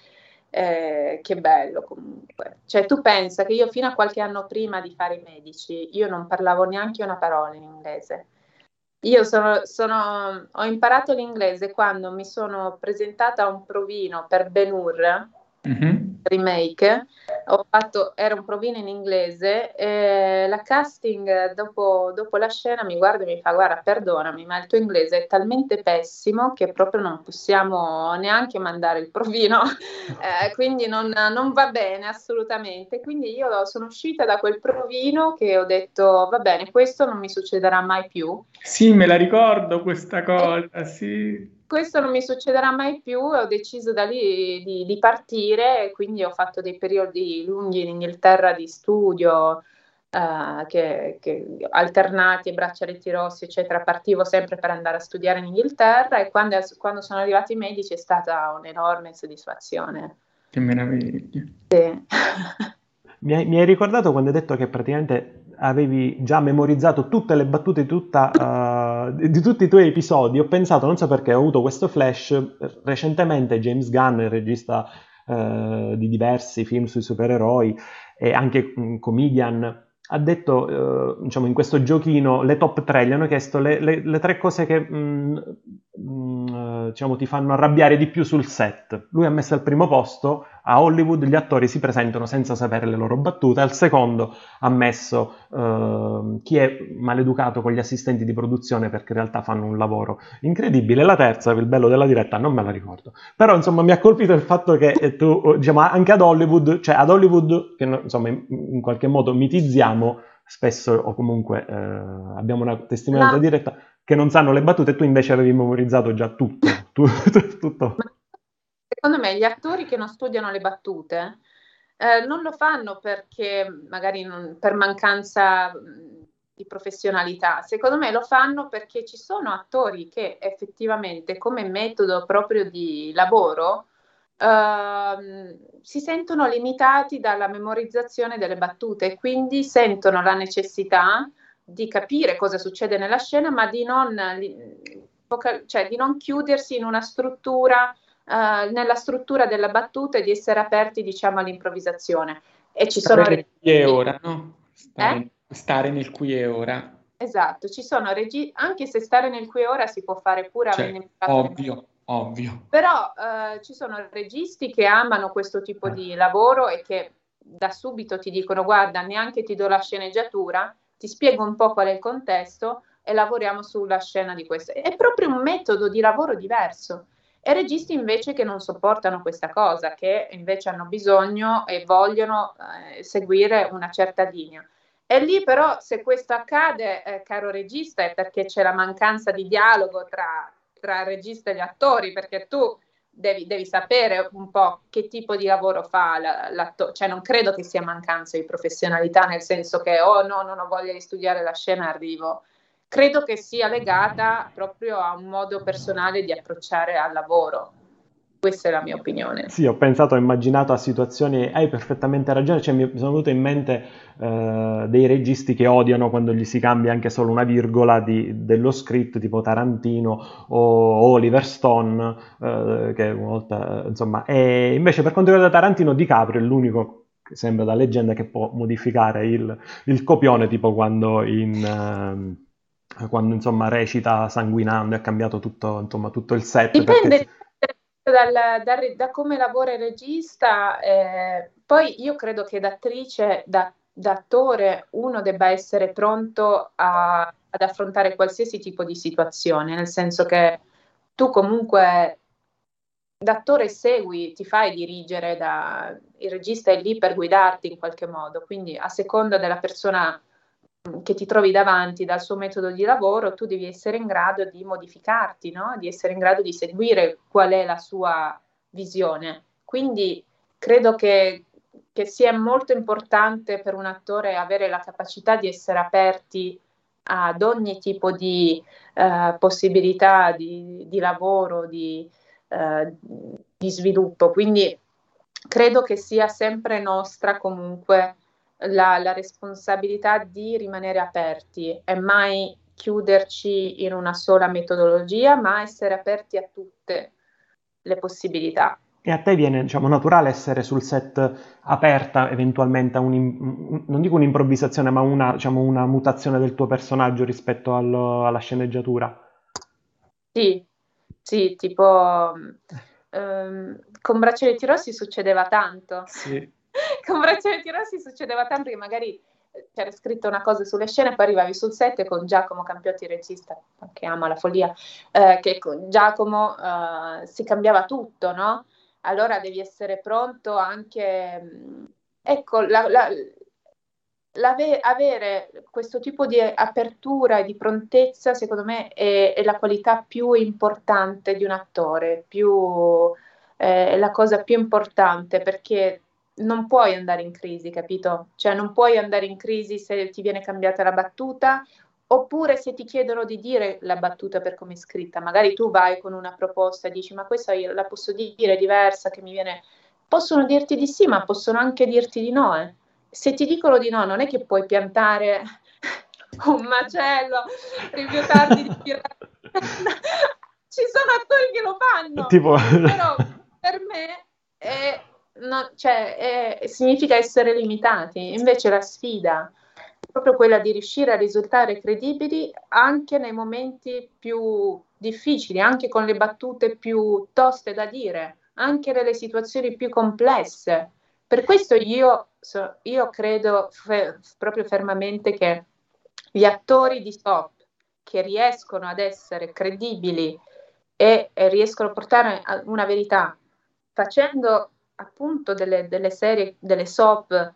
eh, che bello comunque. Cioè, tu pensa che io fino a qualche anno prima di fare i medici, io non parlavo neanche una parola in inglese. Io sono, sono, ho imparato l'inglese quando mi sono presentata a un provino per Ben-Hur, Mhm. remake, ho fatto, era un provino in inglese e la casting dopo, dopo la scena mi guarda e mi fa: guarda, perdonami, ma il tuo inglese è talmente pessimo che proprio non possiamo neanche mandare il provino, eh, quindi non, non va bene assolutamente. Quindi io sono uscita da quel provino che ho detto: va bene, questo non mi succederà mai più. Sì, me la ricordo questa cosa, sì. Questo non mi succederà mai più, ho deciso da lì di, di partire e quindi ho fatto dei periodi lunghi in Inghilterra di studio, eh, che, che alternati, braccialetti rossi, eccetera. Partivo sempre per andare a studiare in Inghilterra e quando, quando sono arrivati i medici è stata un'enorme soddisfazione. Che meraviglia. Sì. Mi hai, mi hai ricordato quando hai detto che praticamente avevi già memorizzato tutte le battute di, tutta, uh, di, di tutti i tuoi episodi. Ho pensato, non so perché, ho avuto questo flash. Recentemente James Gunn, il regista uh, di diversi film sui supereroi e anche un comedian, ha detto, uh, diciamo, in questo giochino, le top tre, gli hanno chiesto le, le, le tre cose che mh, mh, diciamo, ti fanno arrabbiare di più sul set. Lui ha messo al primo posto: a Hollywood gli attori si presentano senza sapere le loro battute. Al secondo ha messo uh, chi è maleducato con gli assistenti di produzione perché in realtà fanno un lavoro incredibile. La terza, il bello della diretta, non me la ricordo. Però insomma mi ha colpito il fatto che tu, diciamo, anche ad Hollywood, cioè ad Hollywood, che insomma in, in qualche modo mitizziamo, spesso o comunque eh, abbiamo una testimonianza No. diretta, che non sanno le battute, e tu invece avevi memorizzato già tutto. tu, tutto. Secondo me gli attori che non studiano le battute eh, non lo fanno perché magari non, per mancanza mh, di professionalità. Secondo me lo fanno perché ci sono attori che effettivamente come metodo proprio di lavoro ehm, si sentono limitati dalla memorizzazione delle battute e quindi sentono la necessità di capire cosa succede nella scena, ma di non, cioè, di non chiudersi in una struttura, uh, nella struttura della battuta e di essere aperti, diciamo, all'improvvisazione. E ci sono Stare nel qui e registi. ora, no? Stare, Eh? stare nel qui e ora. Esatto, ci sono registi, anche se stare nel qui e ora si può fare pure Cioè, avendo imparato le ovvio, ovvio. Però eh, ci sono registi che amano questo tipo di lavoro e che da subito ti dicono: guarda, neanche ti do la sceneggiatura, ti spiego un po' qual è il contesto e lavoriamo sulla scena di questo. È proprio un metodo di lavoro diverso. E registi invece che non sopportano questa cosa, che invece hanno bisogno e vogliono eh, seguire una certa linea. E lì però, se questo accade, eh, caro regista, è perché c'è la mancanza di dialogo tra tra il regista e gli attori, perché tu devi, devi sapere un po' che tipo di lavoro fa la- l'attore, cioè non credo che sia mancanza di professionalità, nel senso che oh no, non ho voglia di studiare la scena, arrivo. Credo che sia legata proprio a un modo personale di approcciare al lavoro. Questa è la mia opinione. Sì, ho pensato, ho immaginato a situazioni, hai perfettamente ragione, cioè mi mi sono venute in mente eh, dei registi che odiano quando gli si cambia anche solo una virgola di- dello script, tipo Tarantino o Oliver Stone, eh, che una volta, eh, insomma, e invece per quanto riguarda Tarantino, DiCaprio è l'unico, che sembra da leggenda, che può modificare il, il copione, tipo quando in... ehm, quando insomma recita sanguinando e ha cambiato tutto, insomma, tutto il set perché si- Dipende dal- dal- da come lavora il regista. Eh, poi io credo che da attrice, da, da attore, uno debba essere pronto a- ad affrontare qualsiasi tipo di situazione, nel senso che tu comunque da attore segui, ti fai dirigere, da, il regista è lì per guidarti in qualche modo, quindi a seconda della persona mh, che ti trovi davanti, dal suo metodo di lavoro, tu devi essere in grado di modificarti, no? Di essere in grado di seguire qual è la sua visione. Quindi credo che, che sia molto importante per un attore avere la capacità di essere aperti ad ogni tipo di eh, possibilità di, di lavoro, di, eh, di sviluppo. Quindi credo che sia sempre nostra comunque la, la responsabilità di rimanere aperti e mai chiuderci in una sola metodologia, ma essere aperti a tutte le possibilità. E a te viene, diciamo, naturale essere sul set aperta eventualmente a un, un- non dico un'improvvisazione, ma una, diciamo, una mutazione del tuo personaggio rispetto allo- alla sceneggiatura? Sì, sì, tipo ehm, con Braccialetti Rossi succedeva tanto. Sì. Con Braccialetti Rossi succedeva tanto che magari eh, c'era scritto una cosa sulle scene, poi arrivavi sul set e con Giacomo Campiotti, regista che ama la follia, eh, che con Giacomo eh, si cambiava tutto, no? Allora devi essere pronto anche, mh, ecco, la, la- l'ave- avere questo tipo di apertura e di prontezza, secondo me, è, è la qualità più importante di un attore, più, eh, è la cosa più importante perché non puoi andare in crisi, capito? Cioè non puoi andare in crisi se ti viene cambiata la battuta oppure se ti chiedono di dire la battuta per come è scritta. Magari tu vai con una proposta e dici ma questa io la posso dire diversa, che mi viene... Possono dirti di sì, ma possono anche dirti di no, eh. Se ti dicono di no, non è che puoi piantare un macello, rifiutarti di tirare. Ci sono attori che lo fanno, Tipo, però per me è, no, cioè, è- significa essere limitati. Invece la sfida è proprio quella di riuscire a risultare credibili anche nei momenti più difficili, anche con le battute più toste da dire, anche nelle situazioni più complesse. Per questo io, so- io credo fe- proprio fermamente che gli attori di soap che riescono ad essere credibili e, e riescono a portare a una verità facendo appunto delle, delle serie, delle soap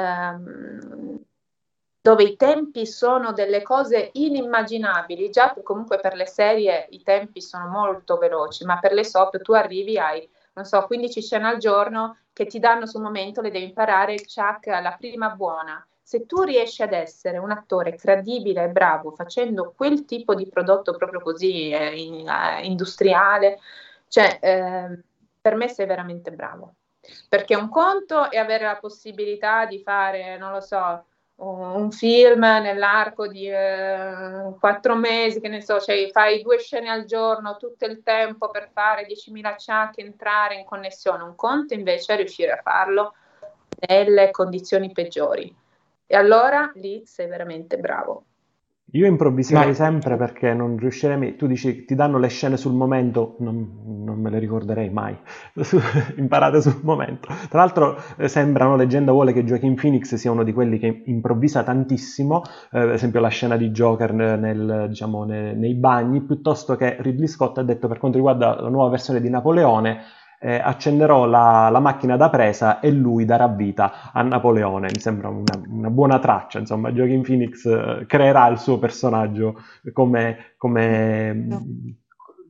ehm, dove i tempi sono delle cose inimmaginabili, già comunque per le serie i tempi sono molto veloci, ma per le soap tu arrivi ai, non so, quindici scene al giorno che ti danno sul momento, le devi imparare, ciak, alla prima buona. Se tu riesci ad essere un attore credibile e bravo facendo quel tipo di prodotto proprio così eh, in- eh, industriale, cioè eh, per me sei veramente bravo. Perché un conto è avere la possibilità di fare, non lo so, un film nell'arco di eh, quattro mesi, che ne so, cioè fai due scene al giorno tutto il tempo per fare diecimila ciak, entrare in connessione. Un conto invece è riuscire a farlo nelle condizioni peggiori. E allora lì sei veramente bravo. io improvviserei Ma sempre perché non riuscirei. Tu dici ti danno le scene sul momento, non, non me le ricorderei mai. Su- Imparate sul momento. Tra l'altro, eh, sembra, no, leggenda vuole che Joaquin Phoenix sia uno di quelli che improvvisa tantissimo, eh, ad esempio la scena di Joker nel- diciamo, ne- nei bagni, piuttosto che Ridley Scott ha detto per quanto riguarda la nuova versione di Napoleone. eh, accenderò la, la macchina da presa e lui darà vita a Napoleone. Mi sembra una, una buona traccia, insomma, Joaquin Phoenix eh, creerà il suo personaggio come, come,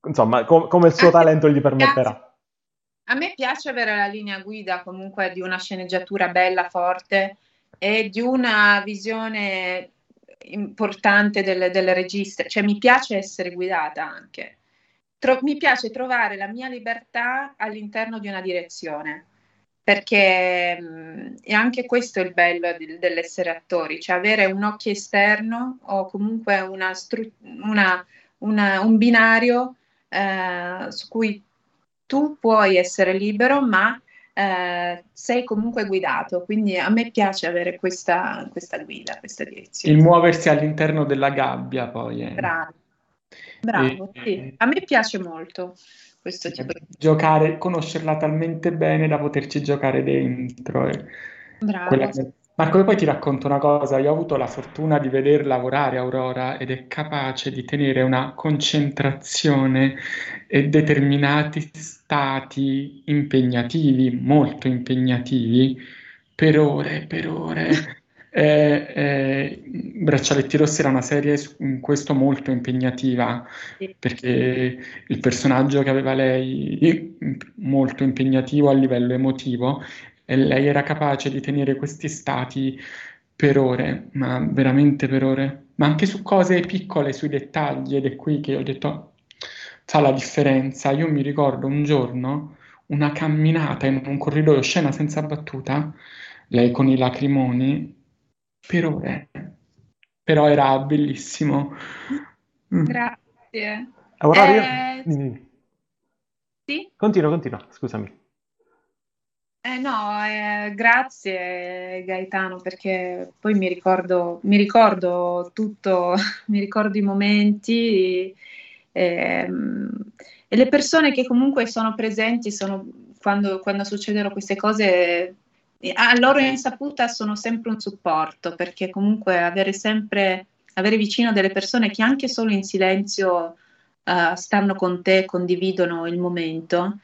insomma, com- come il suo Anche talento gli mi piace- permetterà. A me piace avere la linea guida comunque di una sceneggiatura bella, forte e di una visione importante del, del regista, cioè mi piace essere guidata anche. Tro- mi piace trovare la mia libertà all'interno di una direzione, perché mh, e anche questo è il bello di- dell'essere attori, cioè avere un occhio esterno o comunque una stru- una- una- un binario eh, su cui tu puoi essere libero, ma eh, sei comunque guidato. Quindi a me piace avere questa, questa guida, questa Il direzione. muoversi all'interno della gabbia poi è... Bravo, e- bravo, sì. e- A me piace molto questo sì, tipo di... giocare, conoscerla talmente bene da poterci giocare dentro. e quella Bravo. che- Marco, poi ti racconto una cosa, io ho avuto la fortuna di veder lavorare Aurora ed è capace di tenere una concentrazione e determinati stati impegnativi, molto impegnativi, per ore, per ore. Eh, eh, Braccialetti Rossi era una serie su- in questo molto impegnativa, Sì. perché il personaggio che aveva lei, molto impegnativo a livello emotivo, e lei era capace di tenere questi stati per ore, ma veramente per ore, ma anche su cose piccole, sui dettagli, ed è qui che ho detto, fa la differenza. Io mi ricordo un giorno una camminata in un corridoio, scena senza battuta, lei con i lacrimoni, per ore, però era bellissimo. Mm. Grazie. Aurora, io... Eh, dimmi, dimmi. sì? Continua, continua, scusami. Eh, no, eh, grazie Gaetano, perché poi mi ricordo, mi ricordo tutto, mi ricordo i momenti ehm, e le persone che comunque sono presenti sono, quando, quando succedono queste cose, eh, a loro insaputa sono sempre un supporto, perché comunque avere sempre, avere vicino delle persone che anche solo in silenzio eh, stanno con te, condividono il momento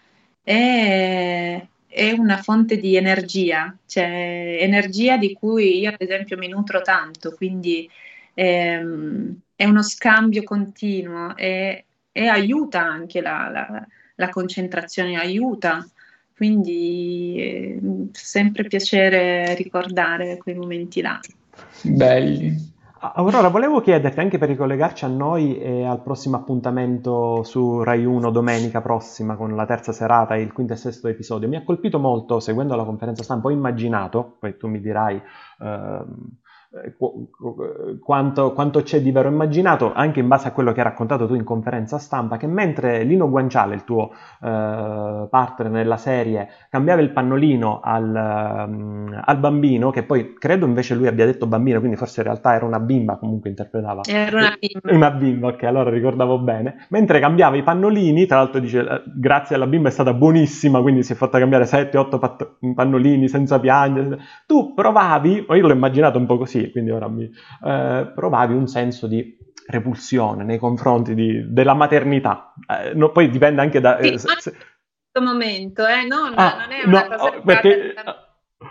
è, è una fonte di energia, cioè energia di cui io ad esempio mi nutro tanto, quindi ehm, è uno scambio continuo e, e aiuta anche la, la- la concentrazione, aiuta. Quindi è sempre piacere ricordare quei momenti là. Belli. Aurora, volevo chiederti anche per ricollegarci a noi e al prossimo appuntamento su Rai uno domenica prossima con la terza serata e il quinto e sesto episodio. Mi ha colpito molto, seguendo la conferenza stampa, ho immaginato, poi tu mi dirai ehm, qu- qu- quanto, quanto c'è di vero immaginato, anche in base a quello che hai raccontato tu in conferenza stampa, che mentre Lino Guanciale, il tuo eh, partner nella serie, cambiava il pannolino al, ehm, al bambino, che poi credo invece lui abbia detto bambino, quindi forse in realtà era una bimba, comunque interpretava Era una bimba. una bimba, ok, allora ricordavo bene. Mentre cambiava i pannolini, tra l'altro dice, eh, grazie alla bimba è stata buonissima, quindi si è fatta cambiare sette otto pat- pannolini senza piangere. Tu provavi, o io l'ho immaginato un po' così, quindi ora mi... eh, provavi un senso di repulsione nei confronti di- della maternità. Eh, no, poi dipende anche da... Sì, eh, se- se- questo momento, eh, non, non Ah, è no, una cosa oh, riguarda il perché... bambino.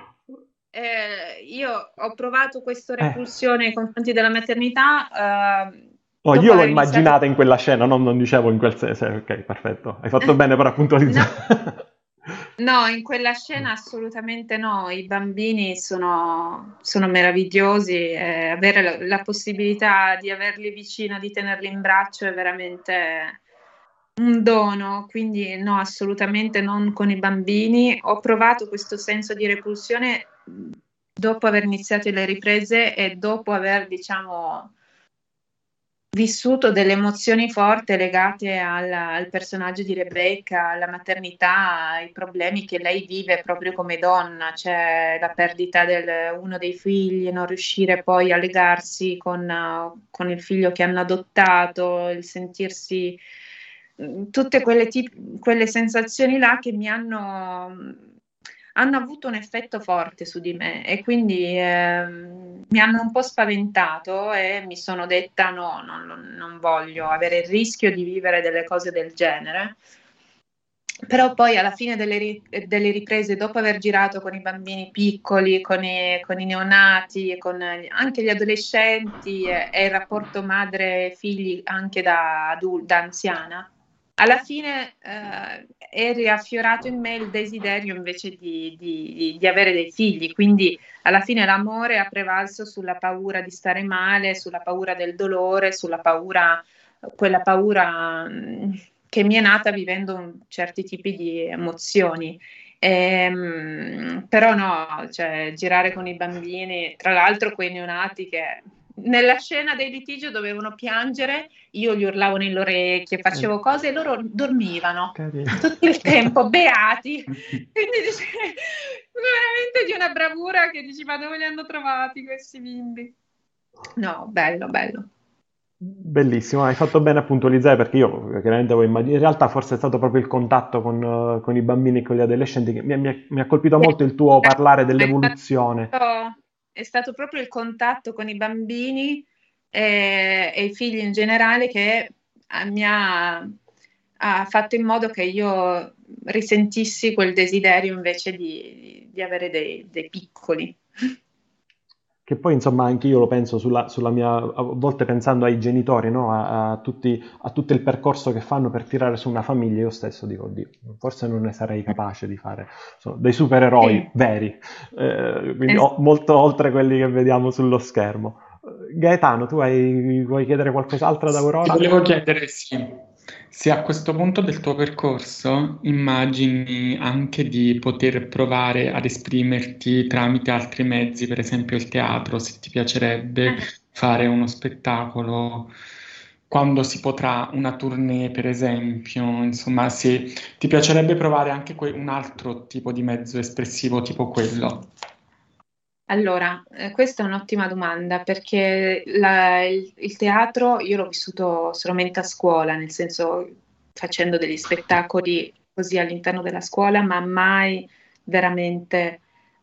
Eh, io ho provato questa Eh, repulsione nei confronti della maternità eh, oh, dopo io l'ho aver iniziato. immaginata in quella scena, non, non dicevo in quel senso. Ok, perfetto. Hai fatto bene però a No, puntualizzare. no, in quella scena assolutamente no. I bambini sono, sono meravigliosi. Eh, avere la, la possibilità di averli vicino, di tenerli in braccio è veramente un dono. Quindi no, assolutamente non con i bambini. Ho provato questo senso di repulsione mh, dopo aver iniziato le riprese e dopo aver, diciamo, vissuto delle emozioni forti legate al, al personaggio di Rebecca, alla maternità, ai problemi che lei vive proprio come donna, cioè la perdita di uno dei figli, non riuscire poi a legarsi con, uh, con il figlio che hanno adottato, il sentirsi mh, tutte quelle, tip- quelle sensazioni là che mi hanno hanno avuto un effetto forte su di me e quindi ehm, mi hanno un po' spaventato e mi sono detta no, non, non- non voglio avere il rischio di vivere delle cose del genere. Però poi alla fine delle, ri- delle riprese, dopo aver girato con i bambini piccoli, con i, con i neonati, con gli- anche gli adolescenti e, e il rapporto madre-figli anche da, adul- da anziana, alla fine eh, è riaffiorato in me il desiderio invece di, di, di avere dei figli, quindi alla fine l'amore ha prevalso sulla paura di stare male, sulla paura del dolore, sulla paura, quella paura mh, che mi è nata vivendo certi tipi di emozioni. Ehm, però no, cioè girare con i bambini, tra l'altro quei neonati che nella scena del litigio dovevano piangere, io gli urlavo nelle orecchie, facevo cose e loro dormivano Carino. tutto il tempo, beati. Quindi dice, veramente di una bravura che dici, ma dove li hanno trovati questi bimbi? No, bello, bello. Bellissimo, hai fatto bene a puntualizzare perché io chiaramente avevo immaginato, in realtà forse è stato proprio il contatto con, eh, con i bambini e con gli adolescenti che mi, mi- mi ha colpito molto il tuo parlare È dell'evoluzione. stato, è stato proprio il contatto con i bambini e, e i figli in generale che ah, mi ha, ha fatto in modo che io risentissi quel desiderio invece di, di avere dei, dei piccoli. Che poi, insomma, anche io lo penso sulla, sulla mia, a volte pensando ai genitori, no? A, a tutti, a tutto il percorso che fanno per tirare su una famiglia, io stesso dico, oddio, forse non ne sarei capace di fare. Sono dei supereroi Sì. veri, eh, quindi Es- o- molto oltre quelli che vediamo sullo schermo. Eh, Gaetano, tu hai, vuoi chiedere qualcos'altro ad Ti Aurora? volevo chiedere, sì, se a questo punto del tuo percorso immagini anche di poter provare ad esprimerti tramite altri mezzi, per esempio il teatro, se ti piacerebbe fare uno spettacolo, quando si potrà, una tournée, per esempio, insomma, se ti piacerebbe provare anche que- un altro tipo di mezzo espressivo, tipo quello. Allora, eh, questa è un'ottima domanda perché la- il, il teatro io l'ho vissuto solamente a scuola, nel senso facendo degli spettacoli così all'interno della scuola, ma mai veramente,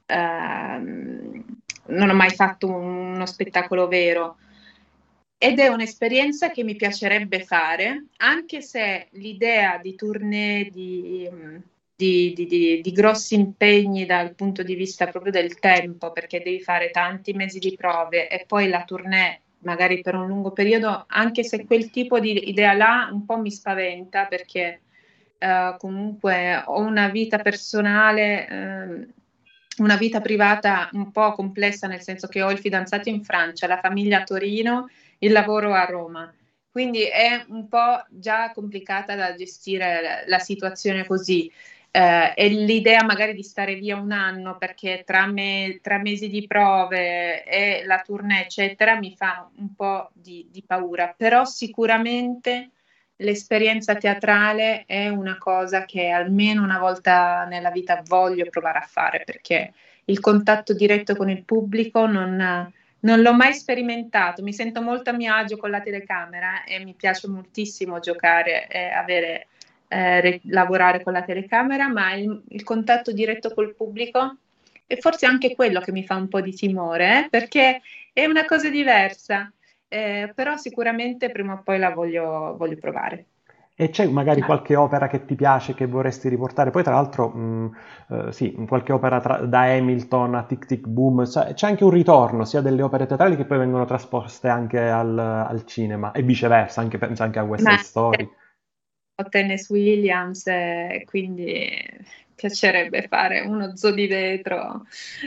ehm, non ho mai fatto uno spettacolo vero. Ed è un'esperienza che mi piacerebbe fare, anche se l'idea di tournée, di, di, di- di- di grossi impegni dal punto di vista proprio del tempo, perché devi fare tanti mesi di prove e poi la tournée magari per un lungo periodo, anche se quel tipo di idea là un po' mi spaventa, perché eh, comunque ho una vita personale, ehm, una vita privata un po' complessa, nel senso che ho il fidanzato in Francia, la famiglia a Torino, il lavoro a Roma. Quindi è un po' già complicata da gestire la, la situazione così. Eh, e l'idea magari di stare via un anno perché tra, me, tra mesi di prove e la tournée, eccetera, mi fa un po' di, di paura. Però sicuramente l'esperienza teatrale è una cosa che almeno una volta nella vita voglio provare a fare perché il contatto diretto con il pubblico non, non l'ho mai sperimentato. Mi sento molto a mio agio con la telecamera e mi piace moltissimo giocare e avere, eh, re- lavorare con la telecamera, ma il, il contatto diretto col pubblico è forse anche quello che mi fa un po' di timore, eh, perché è una cosa diversa. Eh, però sicuramente prima o poi la voglio, voglio provare. E c'è magari Ah, qualche opera che ti piace, che vorresti riportare? Poi, tra l'altro, mh, eh, sì, qualche opera tra- da Hamilton a Tic Tic Boom, c'è, c'è anche un ritorno sia delle opere teatrali che poi vengono trasposte anche al, al cinema e viceversa, anche, penso anche a West Side ma Story. ho Tennessee Williams, eh, quindi piacerebbe fare uno zoo di vetro.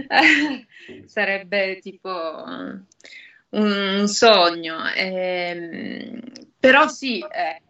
Sarebbe tipo un, un sogno. Ehm, però sì, eh,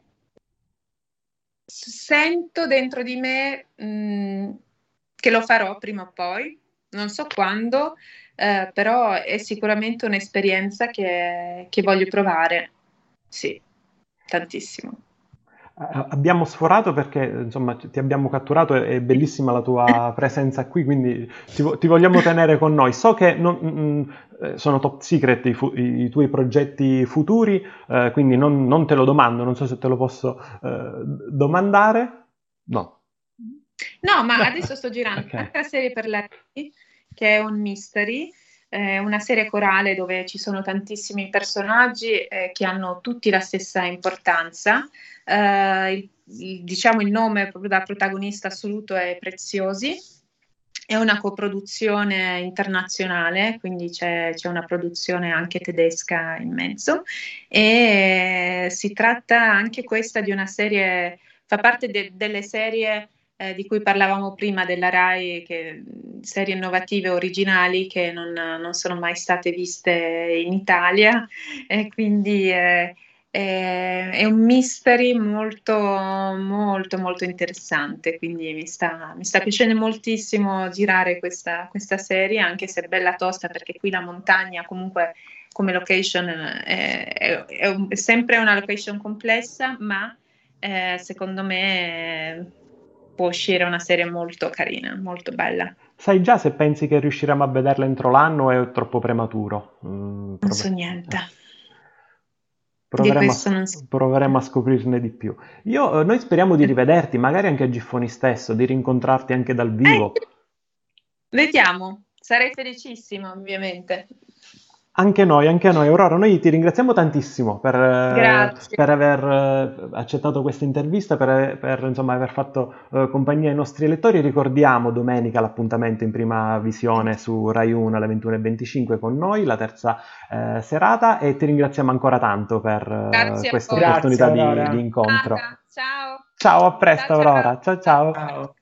sento dentro di me mh, che lo farò prima o poi, non so quando, eh, però è sicuramente un'esperienza che, che voglio provare. Sì, tantissimo. A- Abbiamo sforato perché insomma ti abbiamo catturato, è è bellissima la tua presenza qui, quindi ti, vo- ti vogliamo tenere con noi. So che non- mm, eh, sono top secret i, fu- i tuoi progetti futuri, eh, quindi non, non te lo domando, non so se te lo posso eh, domandare. No. No, ma adesso sto girando Ok. un'altra serie per la Rai, che è un mystery, eh, una serie corale dove ci sono tantissimi personaggi eh, che hanno tutti la stessa importanza. Eh, il- il- diciamo il nome proprio da protagonista assoluto è Preziosi. È una coproduzione internazionale, quindi c'è, c'è una produzione anche tedesca in mezzo e si tratta anche questa di una serie fa parte de- delle serie eh, di cui parlavamo prima della Rai, che, serie innovative originali che non, non sono mai state viste in Italia, e quindi eh, è, è un mystery molto, molto, molto interessante, quindi mi sta, mi sta piacendo moltissimo girare questa, questa serie, anche se è bella tosta, perché qui la montagna comunque come location è, è- è un- è sempre una location complessa, ma eh, secondo me può uscire una serie molto carina, molto bella. Sai già se pensi che riusciremo a vederla entro l'anno o è troppo prematuro? Mm, Non prov- so niente. eh. Di Proveremo a, questo s- non so. proveremo a scoprirne di più. Io, eh, noi speriamo di rivederti, magari anche a Giffoni stesso, di rincontrarti anche dal Eh, vivo. vediamo, sarei felicissima, ovviamente. Anche noi, anche noi. Aurora, noi ti ringraziamo tantissimo per, eh, Grazie. per aver eh, accettato questa intervista, per, per, insomma, aver fatto eh, compagnia ai nostri lettori. Ricordiamo domenica l'appuntamento in prima visione su Rai uno alle ventuno e venticinque con noi, la terza eh, serata, e ti ringraziamo ancora tanto per eh, Grazie a questa voi. Grazie, opportunità di, di Aurora. incontro. Ciao. Ciao, a Ciao, presto ciao. Aurora. Ciao ciao. Ciao.